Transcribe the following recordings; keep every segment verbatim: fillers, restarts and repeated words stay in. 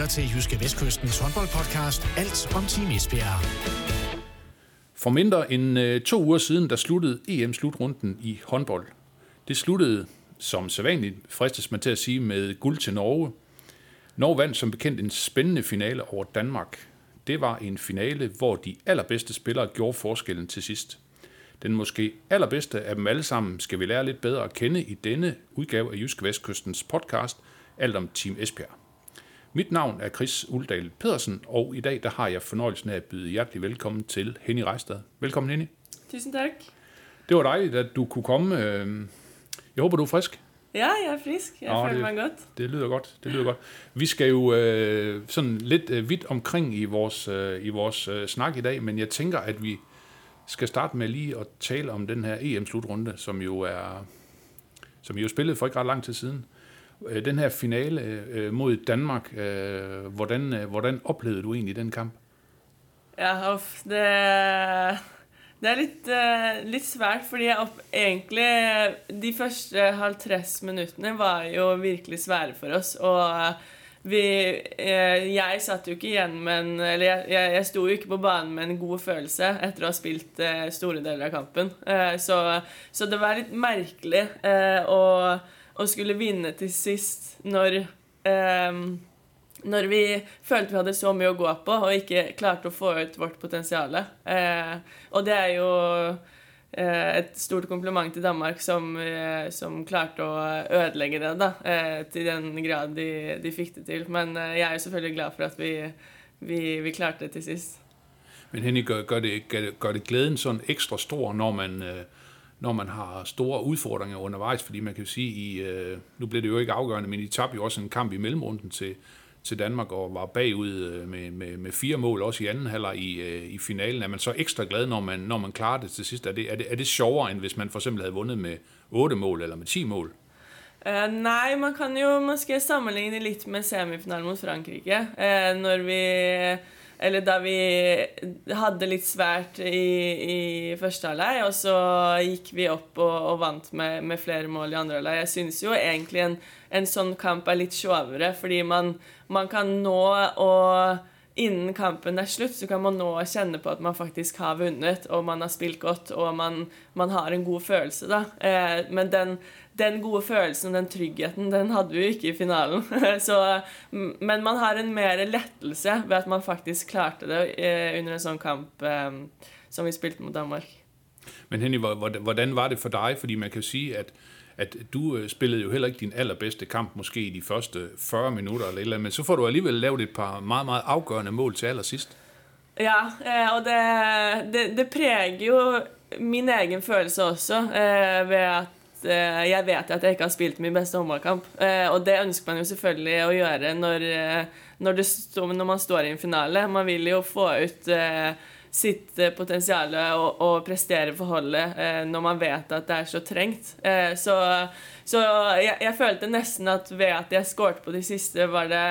til Jyske Vestkystens håndboldpodcast Alt om Team Esbjerg. For mindre end øh, to uger siden, der sluttede E M-slutrunden i håndbold. Det sluttede, som sædvanligt fristes man til at sige, med guld til Norge. Norge vandt som bekendt en spændende finale over Danmark. Det var en finale, hvor de allerbedste spillere gjorde forskellen til sidst. Den måske allerbedste af dem alle sammen skal vi lære lidt bedre at kende i denne udgave af Jyske Vestkystens podcast Alt om Team Esbjerg. Mit navn er Chris Uldal Pedersen, og i dag der har jeg fornøjelsen af at byde hjertelig velkommen til Henny Reistad. Velkommen, Henny. Tusind tak. Det var dejligt, at du kunne komme. Jeg håber, du er frisk. Ja, jeg er frisk. Jeg Nå, føler mig godt. Det lyder godt. Det lyder godt. Vi skal jo øh, sådan lidt øh, vidt omkring i vores, øh, i vores øh, snak i dag, men jeg tænker, at vi skal starte med lige at tale om den her E M-slutrunde, som jo er som jo spillede for ikke ret lang tid siden. Den her finale øh, mod Danmark, øh, hvordan, øh, hvordan oplevede du egentlig den kamp? Ja, uff, det, det er lidt, uh, lidt svært, fordi jeg op, egentlig de første halvtreds minutterne var jo virkelig svære for os, og vi, uh, jeg satt jo ikke igjen, men, eller jeg, jeg, jeg stod jo ikke på banen med en god følelse etter å ha spilt uh, store deler av kampen, uh, så, så det var litt merkelig uh, og og skulle vinne til sist når, eh, når vi følte vi hadde så mye å gå på og ikke klarte å få ut vårt potensiale. Eh, og det er jo eh, et stort kompliment til Danmark som, eh, som klarte å ødelegge det da, eh, til den grad de, de fikk det til. Men eh, jeg er selvfølgelig glad for at vi, vi, vi klarte det til sist. Men Henny, gør, gør, det, gør det glæden sådan ekstra stor, når man... Eh når man har store udfordringer undervejs, fordi man kan jo sige, I, øh, nu blev det jo ikke afgørende, men I tabte jo også en kamp i mellemrunden til, til Danmark, og var bagud øh, med, med, med fire mål, også i anden halvleg i, øh, i finalen. Er man så ekstra glad, når man, når man klarer det til sidst? Er det, er, det, er det sjovere, end hvis man for eksempel havde vundet med otte mål, eller med ti mål? Uh, nei, man kan jo måske sammenligne litt med semifinalen mot Frankrike, uh, når vi... Eller da vi hadde litt svært i, i første halvleg, og så gikk vi opp og, og vant med, med flere mål i andre halvleg. Jeg synes jo egentlig en, en sånn kamp er litt sjovere, fordi man, man kan nå og innen kampen er slutt, så kan man nå kjenne på at man faktisk har vunnet, og man har spilt godt, og man, man har en god følelse da. Eh, men den, den gode følelsen, den tryggheten, den hadde vi jo ikke i finalen. så, men man har en mer lettelse ved at man faktisk klarte det eh, under en sånn kamp eh, som vi spilte mot Danmark. Men Henny, hvordan var det for dig? Fordi man kan jo sige, at at du spillede jo heller ikke din allerbedste kamp, måske i de første fyrre minutter eller et eller andet, men så får du alligevel lavet et par meget, meget afgørende mål til allersidst. Ja, og det, det, det præger jo min egen følelse også, ved at jeg vet at jeg ikke har spilt min bedste håndballkamp, og det ønsker man jo selvfølgelig å gjøre når, når, det stå, når man står i en finale. Man vil jo få ut sitt potensial og, og prestere for holdet eh, når man vet at det er så trengt. Eh, så så jeg, jeg følte nesten at ved at jeg skåret på de siste var det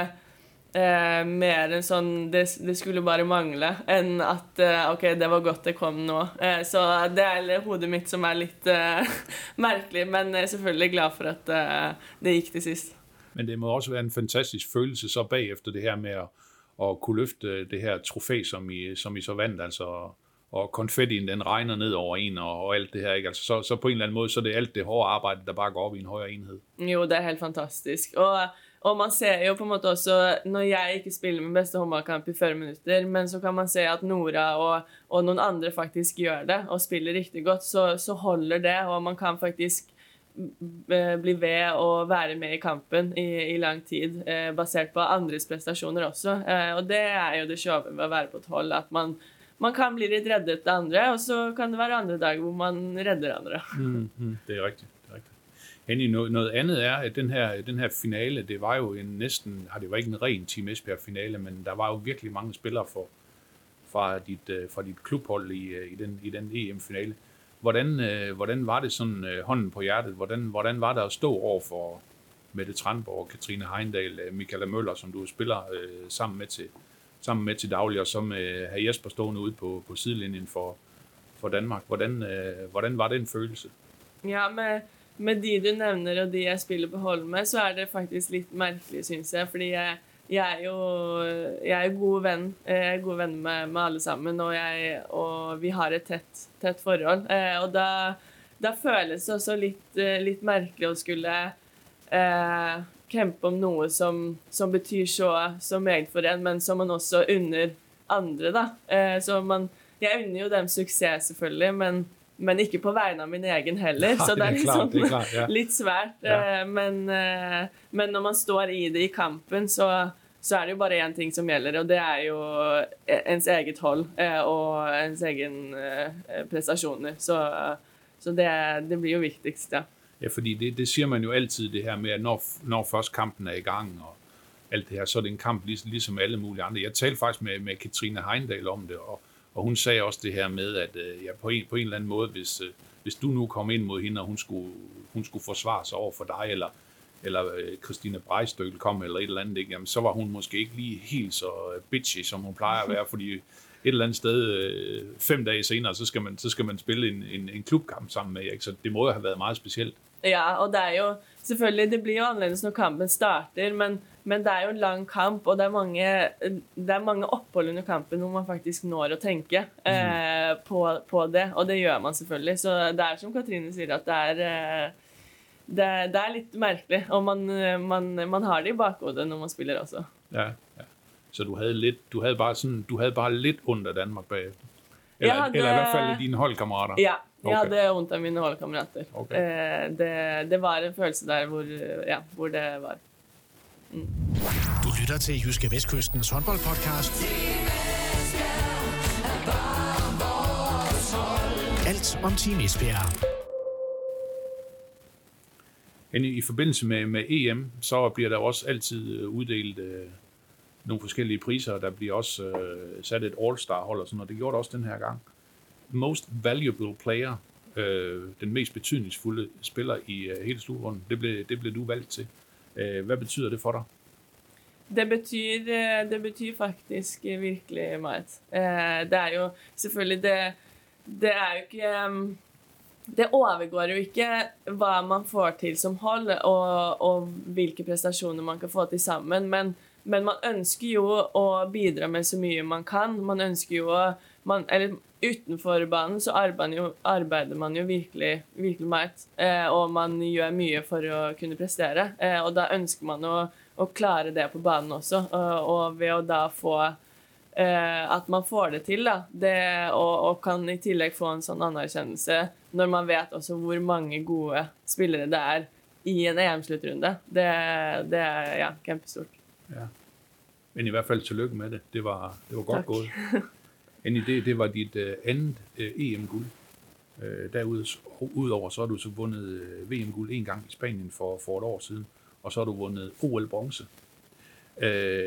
eh, mer en sånn, det, det skulle bare mangle, enn at eh, ok, det var godt det kom nå. Eh, så det er hodet mitt som er litt eh, merkelig, men jeg er selvfølgelig glad for at eh, det gikk til sist. Men det må også være en fantastisk følelse så bagefter det her med at og kunne løfte det her trofæ, som I, som I så vandt, altså, og konfettien, den regner ned over en, og, og alt det her, ikke? Altså, så, så på en eller anden måde, så er det alt det hårde arbejde, der bare går op i en højere enhed. Jo, det er helt fantastisk, og, og man ser jo på en måte også, når jeg ikke spiller min bedste håndballkamp i fyrre minutter, men så kan man se at Nora og, og noen andre faktisk gjør det, og spiller riktig godt, så, så holder det, og man kan faktisk bli ved å være med i kampen i, i lang tid, eh, basert på andres prestasjoner også. Eh, og det er jo det sjove med å være på et hold, at man, man kan bli litt reddet til andre, og så kan det være andre dager hvor man redder andre. Mm, mm, det er rigtigt. Det er rigtigt. Henny, noget, noget andet er, at den her, den her finale, det var jo en næsten, det var ikke en ren Team Esbjerg-finale, men der var jo virkelig mange spillere for, fra, dit, fra dit klubhold i, i, den, i den E M-finale. Hvordan, øh, hvordan var det sådan øh, hånden på hjertet? Hvordan, hvordan var det at stå over for Mette Tranborg, Katrine Heindal, Michaela Møller, som du spiller øh, sammen, med til, sammen med til daglig, og som øh, har Jesper stående ude på, på sidelinjen for, for Danmark? Hvordan, øh, hvordan var det en følelse? Ja, med, med de du nevner og de jeg spiller på hold med, så er det faktisk litt merkelig, synes jeg, fordi jeg jeg er jo jeg er god venn. Jeg er god venn med, med alle sammen, og, jeg, og vi har et tett, tett forhold. Eh, og da, da føles det også litt, litt merkelig å skulle eh, kjempe om noe som, som betyr så, så meget for en, men som man også unner andre, da. Eh, så man, jeg unner jo dem suksess, selvfølgelig, men men ikke på vegne av min egen heller, ja, så det er, det er klart, liksom, det er klart, ja. Litt svært. Ja. Men, men når man står i det i kampen, så, så er det jo bare en ting som gjelder, og det er jo ens eget hold og ens egen prestasjoner. Så, så det, det blir jo viktigst, ja. Ja, fordi det, det siger man jo altid, det her med, at når, når først kampen er i gang, og alt det her, så er det en kamp ligesom, ligesom alle mulige andre. Jeg talte faktisk med, med Katrine Heindal om det, og Og hun sagde også det her med, at ja, på, en, på en eller anden måde, hvis, hvis du nu kom ind mod hende, og hun skulle, hun skulle forsvare sig over for dig, eller, eller Christina Breistøl kom, eller et eller andet, ikke? Jamen, så var hun måske ikke lige helt så bitchy, som hun plejer at være, fordi et eller andet sted, fem dage senere, så skal man, så skal man spille en, en, en klubkamp sammen med jer, ikke? Så det må jo have været meget specielt. Ja, og det er jo, selvfølgelig, det blir jo annerledes når kampen starter, men Men det er jo en lang kamp, og det er mange, det er mange opphold under kampen hvor man faktisk når å tenke eh, på, på det, og det gjør man selvfølgelig. Så det er som Katrine sier, at det er, eh, det, det er litt merkelig, og man, man, man har det i bakhodet når man spiller også. Ja, ja. Så du havde, lidt, du havde, bare, sådan, du havde bare lidt ondt af Danmark bagefter? Eller, hadde, eller i hvert fald dine holdkammerater? Ja, jeg okay. hadde ondt av mine holdkammerater. Okay. Eh, det, det var en følelse der hvor, ja, hvor det var. Mm. Du lytter til Jyske Vestkystens håndboldpodcast. Alt om Team Esbjerg. I forbindelse med, med E M, så bliver der også altid uddelt øh, nogle forskellige priser, og der bliver også øh, sat et All-Star-hold og sådan, og det gjorde det også den her gang. Most Valuable Player, øh, den mest betydningsfulde spiller i øh, hele slutrunden, det blev, det blev du valgt til. Hvad betyder det for dig? Det betyr, det betyr faktisk virkelig meget. Det er jo selvfølgelig, det, det er jo ikke, det overgår jo ikke hvad man får til som hold, og, og hvilke præstationer man kan få til sammen, men, men man ønsker jo at bidra med så mye man kan. Man ønsker jo, man, eller utenfor banen så arbeider, jo, arbeider man jo virkelig, virkelig meget, eh, og man gjør mye for å kunne prestere, eh, og da ønsker man å, å klare det på banen også, og, og ved å da få eh, at man får det til, da, det, og, og kan i tillegg få en sånn anerkjennelse når man vet også hvor mange gode spillere det er i en E M-sluttrunde. Det, det er ja, kjempestort. Ja. Men i hvert fald tillykke med det. Det var, det var godt Takk. Gået. Annie, det, det var dit uh, andet uh, E M-guld. Uh, Derudover så har du så vundet uh, V M-guld en gang i Spanien for, for et år siden, og så har du vundet O L-bronze. Uh,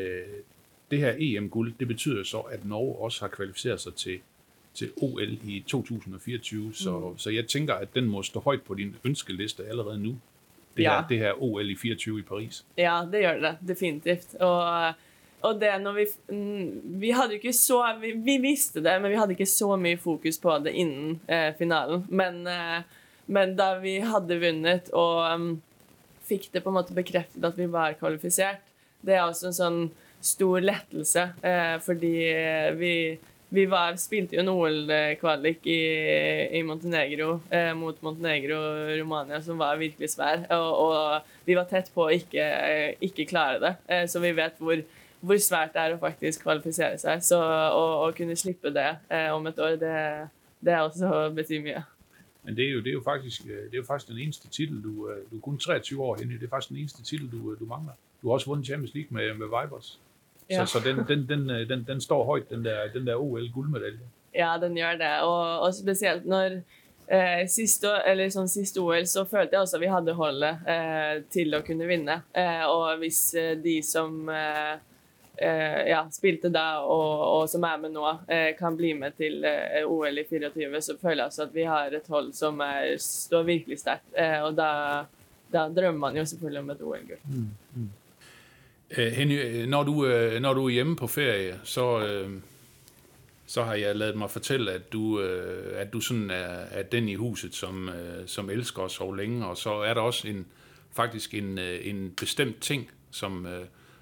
det her E M-guld, det betyder så, at Norge også har kvalificeret sig til, til O L i to tusind og fireogtyve, så, mm. så jeg tænker, at den må stå højt på din ønskeliste allerede nu. Det, ja. her, det her O L i fireogtyve i Paris. Ja, det gør det, definitivt. Og Og det når vi, vi hadde ikke så, vi, vi visste det, men vi hadde ikke så mye fokus på det innen eh, finalen. Men, eh, men da vi hadde vunnet og um, fikk det på en måte bekreftet at vi var kvalifisert, det er også en sånn stor lettelse, eh, fordi vi, vi var, spilte jo en O L-kvalik i, i Montenegro, eh, mot Montenegro og Romania, som var virkelig svær, og, og vi var tett på å ikke, ikke klare det, eh, så vi vet hvor hvor svært det er å faktisk kvalifisere seg. Så å, å kunne slippe det eh, om et år, det, det er også betyr mye. Men det er jo, det er jo, faktisk, det er jo faktisk den eneste titel, du, du er kun treogtyve år henne. Det er faktisk den eneste titel, du, du mangler. Du har også vundet Champions League med, med Vipers. Ja. Så, så den, den, den, den, den står højt, den der, den der O L-guldmedalje. Ja, den gjør det. Og, og spesielt når eh, siste, eller sånn siste O L, så følte jeg også at vi hadde holdet eh, til å kunne vinne. Eh, og hvis eh, de som... Eh, Uh, ja, spilte da og, og som er med nå uh, kan bli med til uh, O L i fireogtyve, så føler jeg også at vi har et hold som er, står virkelig sterkt, uh, og da, da drømmer man jo selvfølgelig om et O L-gull. Mm, mm. uh, Henny, når du, uh, når du er hjemme på ferie, så, uh, så har jeg ladet mig fortælle, at du, uh, at du sådan er, er den i huset, som, uh, som elsker at sove længe, og så er der også en, faktisk en, uh, en bestemt ting, som... Uh,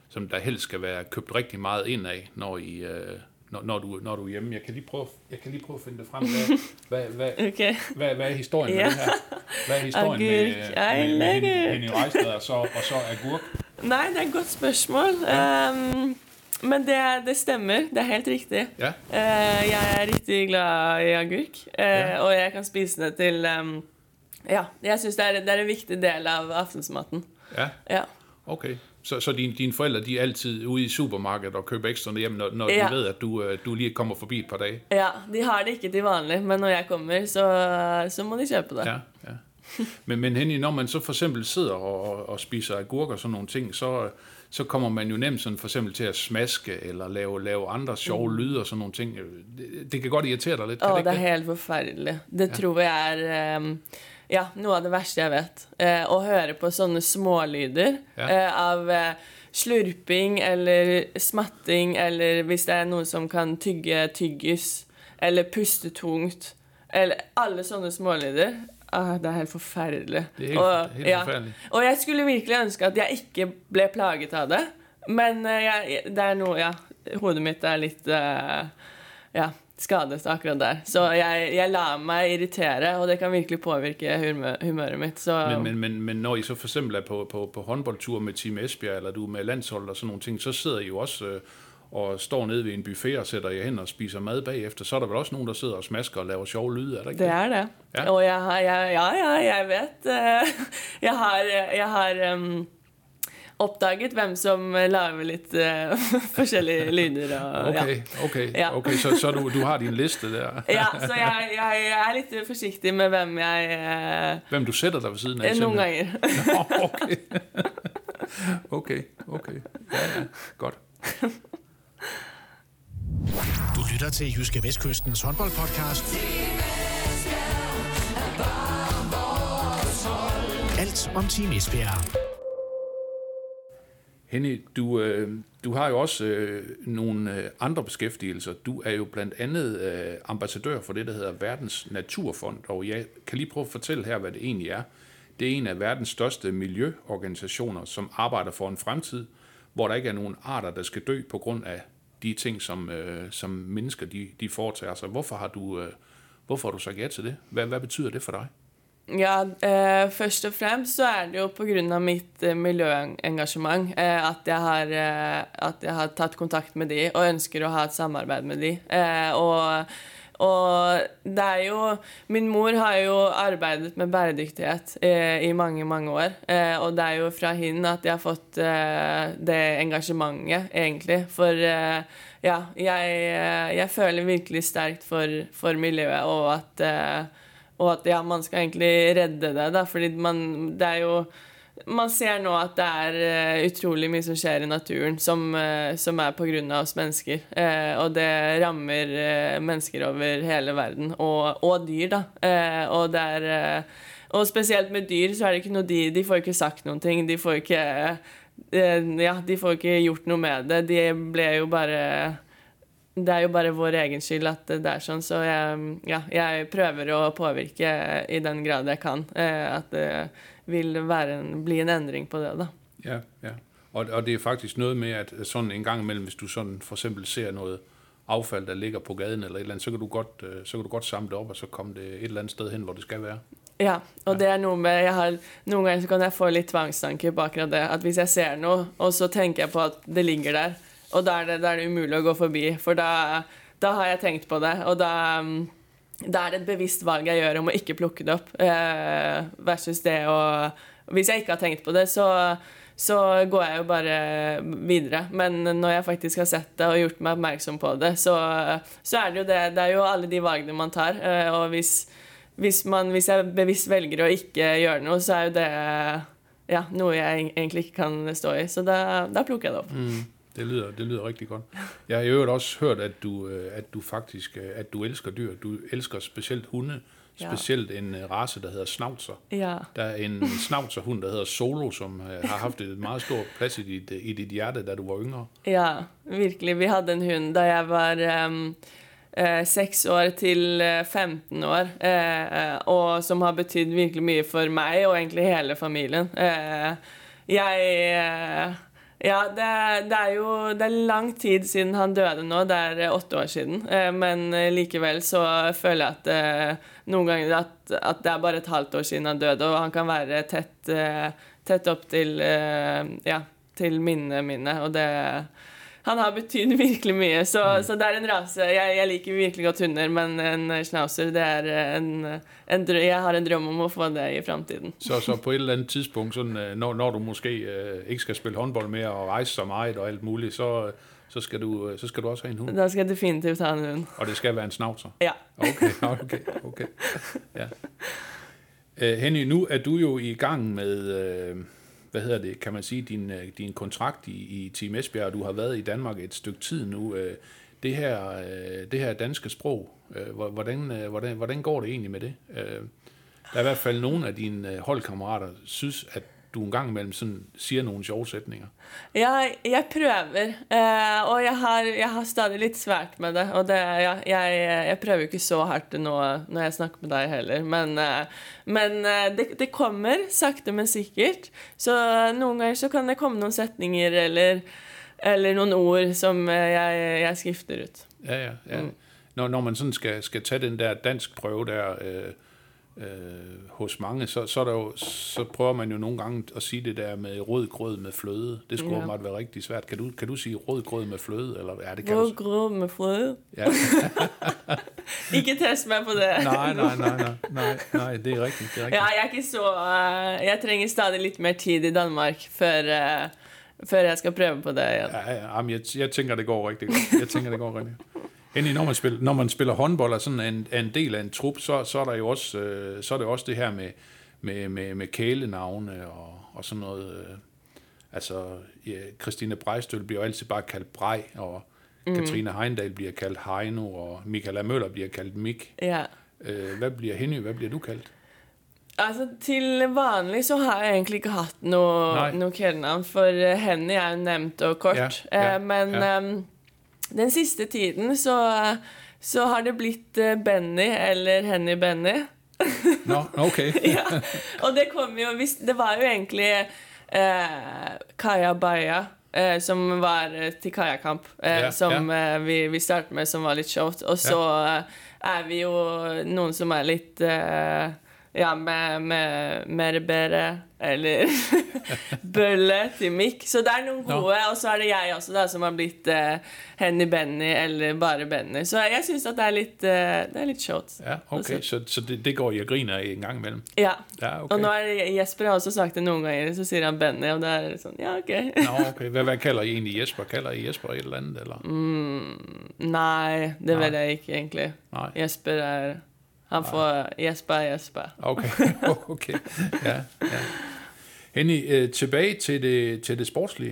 som der helst skal være købt rigtig meget ind af, når I... Øh, Når, når, du, når du er hjemme. Jeg kan lige prøve, jeg kan lige prøve at finde det frem. Hvad, hvad, hvad, okay. hvad, hvad er historien ja. med det her? Hvad er historien agurk. med, med, med Henny, Henny Reistad og så, og så agurk? Nej, det er et godt spørgsmål. Ja. Um, men det, det stemmer. Det er helt riktig. Ja. Uh, jeg er rigtig glad i agurk, uh, ja. og jeg kan spise det til... Um, ja, jeg synes det er, det er en vigtig del av aftensmaten. Ja? Ja. Okay. Så, så dine, dine forældre, de er altid ude i supermarkedet og køber ekstra hjem, når, når ja. de ved, at du, du lige kommer forbi et par dage? Ja, de har det ikke til vanligt, men når jeg kommer, så, så må de købe det. Ja, ja. Men, men Henny, når man så for eksempel sidder og, og spiser agurk og sådan nogle ting, så, så kommer man jo nemt sådan for eksempel til at smaske eller lave, lave andre sjove mm. lyde og sådan nogle ting. Det, det kan godt irritere dig lidt, kan Åh, det ikke det er helt forfærdeligt. Det ja. tror jeg er... Um, Ja, noe av det verste jeg vet. Eh, å høre på sånne smålyder ja. eh, av eh, slurping eller smatting, eller hvis det er noen som kan tygge tyggis, eller puste tungt, eller alle sånne smålyder. Ah, det er helt forferdelig. Det er helt, og, helt ja. forferdelig. Og jeg skulle virkelig ønske at jeg ikke ble plaget av det, men eh, jeg, det er noe, ja, hodet mitt er litt, eh, ja, skadet akkurat der. Så jeg, jeg lader meg irritere, og det kan virkelig påvirke humør, humøret mitt. Så... Men, men, men, men når I så for eksempel er på, på, på håndboldtur med Team Esbjerg, eller du er med landshold og sådan nogle ting, så sidder I jo også øh, og står nede ved en buffet og sætter jer hen og spiser mad bagefter. Så er der vel også nogen, der sidder og smasker og laver sjove lyde, er der ikke det? Det er det. Ja. Og jeg har, jeg, ja, ja, jeg vet. Uh, jeg har, jeg har um, oppdaget hvem som laver litt uh, forskjellige lyder. Og, okay, ja. okay, ja. okay. Så, så du, du har din liste der. ja, så jeg, jeg, jeg er litt forsiktig med hvem jeg... Uh, hvem du sætter dig ved siden af? Nogle ganger. Nå, okay. okay, okay. Ja, ja, godt. Du lytter til Jyske Vestkystens håndboldpodcast. Alt om Team Esbjerg. Henny, du, øh, du har jo også øh, nogle øh, andre beskæftigelser. Du er jo blandt andet øh, ambassadør for det, der hedder Verdens Naturfond, og jeg kan lige prøve at fortælle her, hvad det egentlig er. Det er en af verdens største miljøorganisationer, som arbejder for en fremtid, hvor der ikke er nogen arter, der skal dø på grund af de ting, som, øh, som mennesker de, de foretager sig. Hvorfor har du, øh, hvorfor har du sagt ja til det? Hvad, hvad betyder det for dig? Ja, eh, først og fremst så er det jo på grunn av mitt eh, miljøengasjement eh, at, jeg har, eh, at jeg har tatt kontakt med de og ønsker å ha et samarbeid med de. Eh, og, og det er jo, min mor har jo arbeidet med bæredyktighet eh, i mange, mange år. Eh, og det er jo fra henne at jeg har fått eh, det engasjementet, egentlig. For eh, ja, jeg, jeg føler virkelig sterkt for, for miljøet, og at eh, Og at ja, man skal egentlig redde det, da, fordi man, det er jo, man ser nå at det er uh, utrolig mye som skjer i naturen, som, uh, som er på grunn av oss mennesker. Uh, og det rammer uh, mennesker over hele verden, og, og dyr, da. Uh, og, det er, uh, og spesielt med dyr så er det ikke noe de, de får ikke sagt noen ting, de får ikke, uh, ja, de får ikke gjort noe med det. De ble jo bare... Det er jo bare vår egen skyld at det er sånn, så jeg, ja, jeg prøver å påvirke i den grad jeg kan, at det vil være en, bli en endring på det, da. Ja, ja. Og, og det er faktisk noget med, at sådan en gang imellem, hvis du sådan for eksempel ser noget affald, der ligger på gaden eller et eller andet, så kan du godt, så kan du godt samle det op, og så komme det et eller andet sted hen, hvor det skal være. Ja, og ja. Det er noe med, jeg har, noen ganger så kan jeg få litt tvangstanker på akkurat det, at hvis jeg ser noe, og så tenker jeg på at det ligger der, og da er det, da er det umulig å gå forbi, for da, da har jeg tenkt på det, og da, da er det et bevisst valg jeg gjør om å ikke plukke det opp, eh, versus det, og hvis jeg ikke har tenkt på det, så, så går jeg jo bare videre. Men når jeg faktisk har sett det og gjort meg oppmerksom på det, så, så er det jo det, det er jo alle de valgene man tar, eh, og hvis, hvis, man, hvis jeg bevisst velger å ikke gjøre noe, så er jo det ja, noe jeg egentlig ikke kan stå i, så da, da plukker jeg det opp. Mm. Det lyder, det lyder rigtig godt. Jeg har jo også hørt, at du, at du faktisk at du elsker dyr. Du elsker specielt hunde. Specielt ja. En race, der hedder Schnauzer. Ja. Der er en Schnauzerhund, der hedder Solo, som har haft et meget stort plads i dit, i dit hjerte, da du var yngre. Ja, virkelig. Vi hadde en hund da jeg var um, uh, seks år til femten år, uh, og som har betydd virkelig mye for meg, og egentlig hele familien. Uh, jeg... Uh, Ja, det, det er jo det er lang tid siden han døde nå, det er åtte år siden, eh, men likevel så føler jeg at eh, noen ganger at, at det er bare et halvt år siden han døde, og han kan være tett, eh, tett opp til, eh, ja, til minnet mine, og det han har betydd virkelig mye, så, mm. så det er en rase. Jeg, jeg liker virkelig godt hunder, men en schnauzer, det er en, en drøm, jeg har en drøm om å få det i fremtiden. Så, så på et eller andet tidspunkt, sådan, når, når du måske øh, ikke skal spille håndbold mere og rejse så meget og alt muligt, så, så, skal du, så skal du også have en hund? Da skal jeg definitivt ha en hund. Og det skal være en schnauzer? Ja. Okay, okay, okay. Ja. Uh, Henny, nu er du jo i gang med... Uh, hvad hedder det, kan man sige, din, din kontrakt i, i Team Esbjerg, du har været i Danmark et stykke tid nu. Det her, det her danske sprog, hvordan, hvordan, hvordan går det egentlig med det? Der er i hvert fald nogle af dine holdkammerater, synes, at du en gang imellem sådan siger nogle sjove sætninger. Jeg, jeg prøver, eh, og jeg har, jeg har stadig lidt svært med det, og det, jeg, jeg, jeg prøver ikke så hardt nå, når jeg snakker med dig heller, men, eh, men det, det kommer sakte men sikkert, så nogle gange så kan det komme nogle sætninger eller, eller nogle ord, som jeg, jeg skifter ut. Ja, ja, ja. Mm. Når, når man sådan skal, skal tage den der dansk prøve der... Øh Øh, hos mange, så, så, der jo, så prøver man jo nogle gange at sige det der med rød grød med fløde. Det skulle ja. Meget være rigtig svært. Kan du, kan du sige rød grød med fløde? Eller, ja, det kan rød grød med fløde? Ja. Ikke test mig på det. nej, nej, nej, nej, nej, nej, det er rigtigt. Det er rigtigt. Ja, jeg er ikke så... Uh, jeg trenger stadig lidt mere tid i Danmark, før, uh, før jeg skal prøve på det igen. Ja, ja, jamen, jeg, jeg tænker, det går rigtig godt. Jeg tænker, det går rigtig godt. Endelig, når man spiller, når man spiller håndbold og sådan en, en del af en trup, så, så er der jo også, øh, så er det også det her med, med, med, med kælenavne og, og sådan noget. Øh, altså, ja, Christine Brejstøl bliver jo altid bare kaldt Brej, og mm. Katrine Heindal bliver kaldt Heino, og Michaela Møller bliver kaldt Mik. Ja. Øh, hvad bliver Henny, hvad bliver du kaldt? Altså, til vanlig så har jeg egentlig ikke haft noe, noe kælenavn, for Henny er nevnt og kort. Ja, ja, uh, men... Ja. Um, Den siste tiden så, så har det blitt Benny eller Henny Benny. No, okay. Ja, og det kom jo, det var jo egentlig eh, Kaja Baja eh, som var til Kajakamp, eh, ja, som ja. Eh, vi, vi startet med, som var litt sjovt. Og så ja. eh, er vi jo noen som er litt... Eh, ja, med, med Merbere eller Bølle til Mikk. Så det er noen gode, ja. Og så er det jeg også da, som har blitt uh, Henny Benny eller bare Benny. Så jeg synes at det er litt, uh, det er litt short. Ja, ok. Så, så det, det går i og griner en gang imellem? Ja. Ja, okay. Og nå er det, Jesper har også sagt det noen ganger, så sier han Benny, og det er sånn, ja, ok. Nå, ok. Hvad, hvad kalder I egentlig Jesper? Kalder I Jesper et eller andet, eller? Mm, nej, det nej. Ved jeg ikke egentlig. Nej. Jesper er... Han får Jesper, Jesper. Okay, okay. Ja, ja. Henny, øh, tilbage til det, til det sportslige.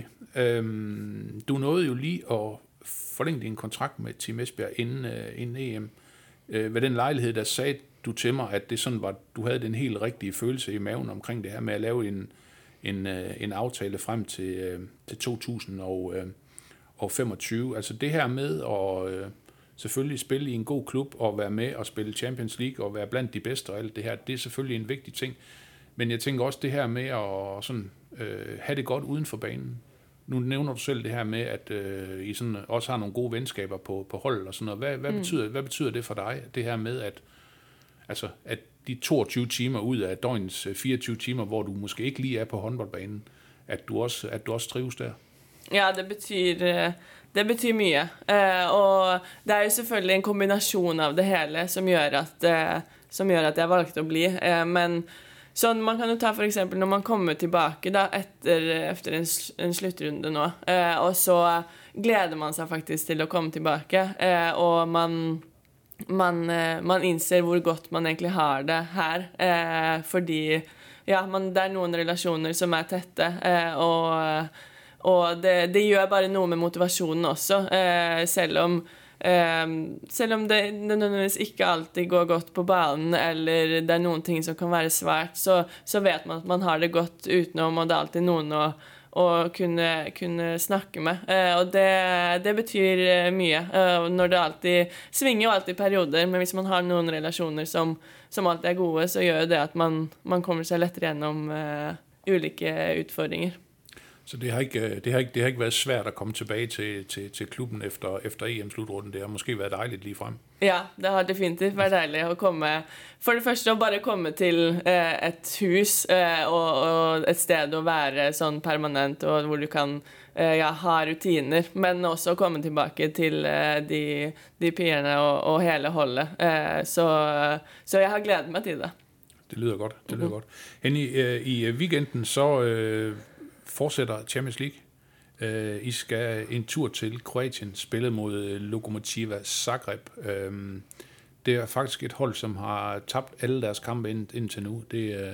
Øhm, du nåede jo lige at forlænge din kontrakt med Team Esbjerg inden, øh, inden E M. Øh, ved den lejlighed, der sagde du til mig, at det sådan var, du havde den helt rigtige følelse i maven omkring det her med at lave en, en, øh, en aftale frem til, øh, til to tusind femogtyve. Altså det her med at... Øh, selvfølgelig spille i en god klub og være med og spille Champions League og være blandt de bedste og alt det her, det er selvfølgelig en vigtig ting. Men jeg tænker også det her med at sådan, øh, have det godt uden for banen. Nu nævner du selv det her med, at øh, I sådan også har nogle gode venskaber på, på hold og sådan noget. Hvad, hvad, mm. betyder, hvad betyder det for dig, det her med, at, altså, at de toogtyve timer ud af døgnets fireogtyve timer, hvor du måske ikke lige er på håndboldbanen, at du også, at du også trives der? Ja, det betyder... Det betyr mye, eh, og det er jo selvfølgelig en kombinasjon av det hele som gjør at, eh, som gjør at jeg valgte å bli. Eh, men sånn, man kan jo ta for eksempel når man kommer tilbake da, etter, efter en, en sluttrunde nå, eh, og så gleder man seg faktisk til å komme tilbake, eh, og man, man, eh, man innser hvor godt man egentlig har det her, eh, fordi ja, man, det er noen relasjoner som er tette, eh, og Og det, det gjør bare noe med motivasjonen også, eh, selv om, eh, selv om det, det nødvendigvis ikke alltid går godt på banen, eller det er noen ting som kan være svært, så, så vet man at man har det godt utenom, og det er alltid noen å, å kunne, kunne snakke med. Eh, og det, det betyr mye, eh, når det alltid svinger jo alltid perioder, men hvis man har noen relasjoner som, som alltid er gode, så gjør det at man, man kommer seg lettere gjennom eh, ulike utfordringer. Så det har ikke, det har ikke, det har ikke været svært at komme tilbage til, til, til klubben efter, efter E M-slutrunden. Det har måske været dejligt lige frem. Ja, det har definitivt været dejligt at komme. For det første at bare komme til eh, et hus eh, og, og et sted at være sånn permanent, og hvor du kan eh, ja, ha rutiner, men også komme tilbake til eh, de, de pigerne og, og hele holdet. Eh, så, så jeg har glædet mig til det. Det lyder godt, det lyder mm-hmm. godt. Henny, øh, i weekenden så øh, fortsætter Champions League. Øh, I skal en tur til Kroatien, spille mod Lokomotiva Zagreb. Øh, det er faktisk et hold, som har tabt alle deres kampe ind, indtil nu. Det, øh,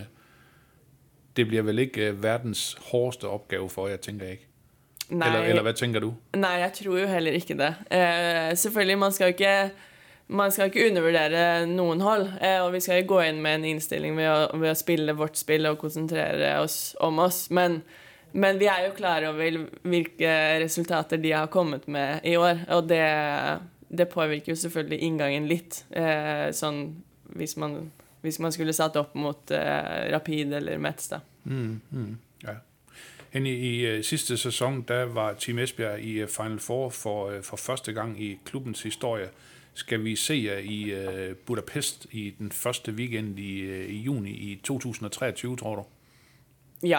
det bliver vel ikke øh, verdens hårdeste opgave for jer, tænker jeg ikke. Nej, eller, eller hvad tænker du? Nej, jeg tror jo heller ikke det. Eh, selvfølgelig, man skal ikke... Man skal ikke undervurdere noen hold, og vi skal gå inn med en innstilling ved å, ved å spille vårt spill og konsentrere oss om oss, men, men vi er jo klare over hvilke resultater de har kommet med i år, og det, det påvirker jo selvfølgelig inngangen litt, eh, sånn hvis man, hvis man skulle satt opp mot eh, Rapid eller Metz da. Mm, mm, ja. Henny, i uh, sidste sæson, der var Team Esbjerg i uh, Final Four for, uh, for første gang i klubbens historie. Skal vi se jer i uh, Budapest i den første weekend i, uh, i juni i to tusind og treogtyve, tror du? Ja,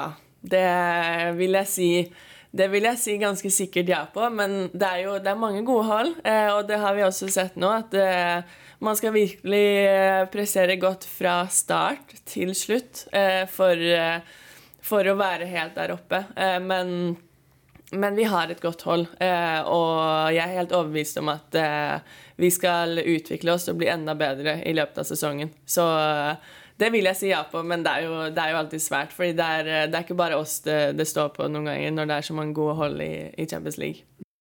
det vil jeg si. Det vil jeg si ganske sikkert ja på, men det er jo det er mange gode hold, eh, og det har vi også sett nå, at eh, man skal virkelig eh, pressere godt fra start til slutt eh, for, eh, for å være helt der oppe. Eh, men, men vi har et godt hold, eh, og jeg er helt overbevist om at eh, vi skal utvikle oss og bli enda bedre i løpet av sesongen. Så eh, det vil jeg si ja på, men det er jo, det er jo alltid svært, fordi det er, det er ikke bare oss det, det står på noen ganger når det er så mange gode hold i, i Champions League.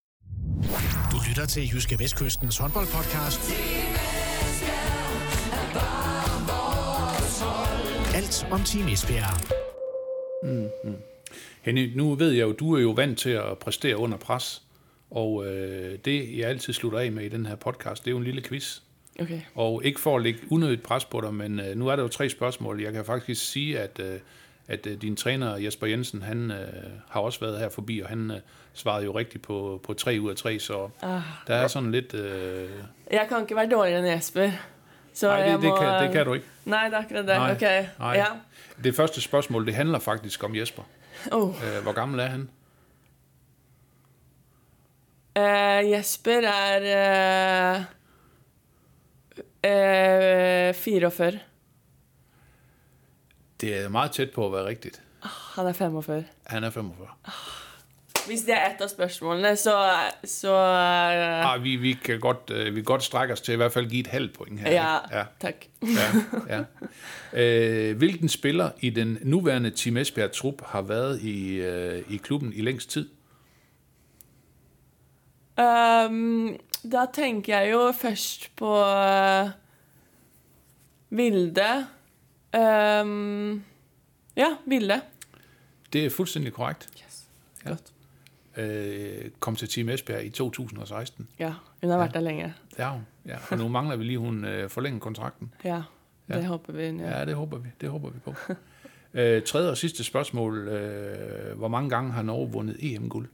Du lytter til Jyske Vestkystens håndboldpodcast. Alt om Team Esbjerg. Mm-hmm. Henny, nu ved jeg jo, du er jo vant til at præstere under pres, og øh, det jeg altid slutter af med i den her podcast, det er jo en lille quiz. Okay. Og ikke for at lægge unødigt pres på dig, men øh, nu er der jo tre spørgsmål. Jeg kan faktisk sige, at, øh, at øh, din træner Jesper Jensen, han øh, har også været her forbi, og han øh, svarede jo rigtigt på, på tre ud af tre, så ah. der er sådan lidt... Øh... Jeg kan ikke være dårligere end Jesper. Så nej, det, jeg det, må... kan, det kan du ikke. Nej, det er akkurat det. Nej, okay. nej. Ja. Det første spørgsmål, det handler faktisk om Jesper. Oh. Øh, hvor gammel er han? Uh, Jesper er... Uh... Uh, fireogfyrre. Det er meget tæt på at være rigtigt. Oh, han er femogfyrre. Han er femogfyrre. Oh. Hvis det er et af spørgsmålene, så... så uh... ah, vi, vi, kan godt, uh, vi kan godt strække os til i hvert fald give et halvt point her. Ja, ja. Tak. ja, ja. Uh, hvilken spiller i den nuværende Team Esbjerg-trup har været i, uh, i klubben i længst tid? Um, da tenker jeg jo først på uh, Vilde. Um, ja, Vilde. Det er fuldstændig korrekt. Yes, ja. Godt. Uh, kom til Team Esbjerg i to tusind og seksten. Ja, hun har ja. været der længe. Ja, ja, og nu mangler vi lige, hun uh, forlænger kontrakten. Ja, det ja. håber vi. Ja. ja, det håber vi. Det håber vi på. uh, tredje og sidste spørgsmål. Uh, hvor mange gange har Norge vundet E M-guld?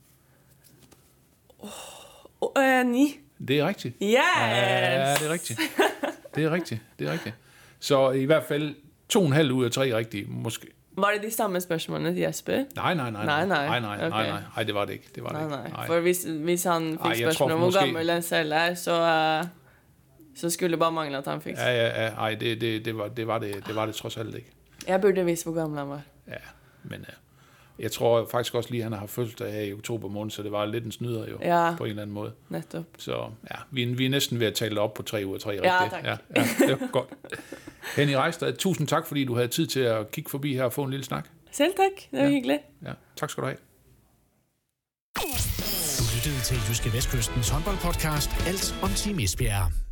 Oh, øh, ni. Det er rigtigt. Yes! Ja, det er rigtigt. Det er rigtigt, det er rigtigt. Så i hvert fald to og en halv ud af tre rigtige, måske. Var det de samme spørgsmålene til Jesper? Nej, nej, nej. Nej, nej. Nej, nej, okay. nej, nej. Nej, det var det ikke. Det var det nej, ikke. Nej, nej. For hvis, hvis han fik Ej, spørgsmål om hvor måske... gammel han selv er, så, uh, så skulle det bare mangle, at han fik. Ja, ja, ja. Ej, det, det, det, var, det, var det, det var det trods alt ikke. Jeg burde vise, hvor gammel han var. Ja, men... Uh... Jeg tror faktisk også lige, at han har fødselsdag her i oktober måned, så det var lidt en snyder jo, ja, på en eller anden måde. Netop. Så ja, vi, vi er næsten ved at tale op på tre ud af tre. Ja, tak. Ja, ja, det var godt. Henny Reistad, tusind tak, fordi du havde tid til at kigge forbi her og få en lille snak. Selv tak, det var ja. hyggeligt. Ja, tak skal du have. Du lyttede til Jyske Vestkystens håndboldpodcast, Alt om Team Esbjerg.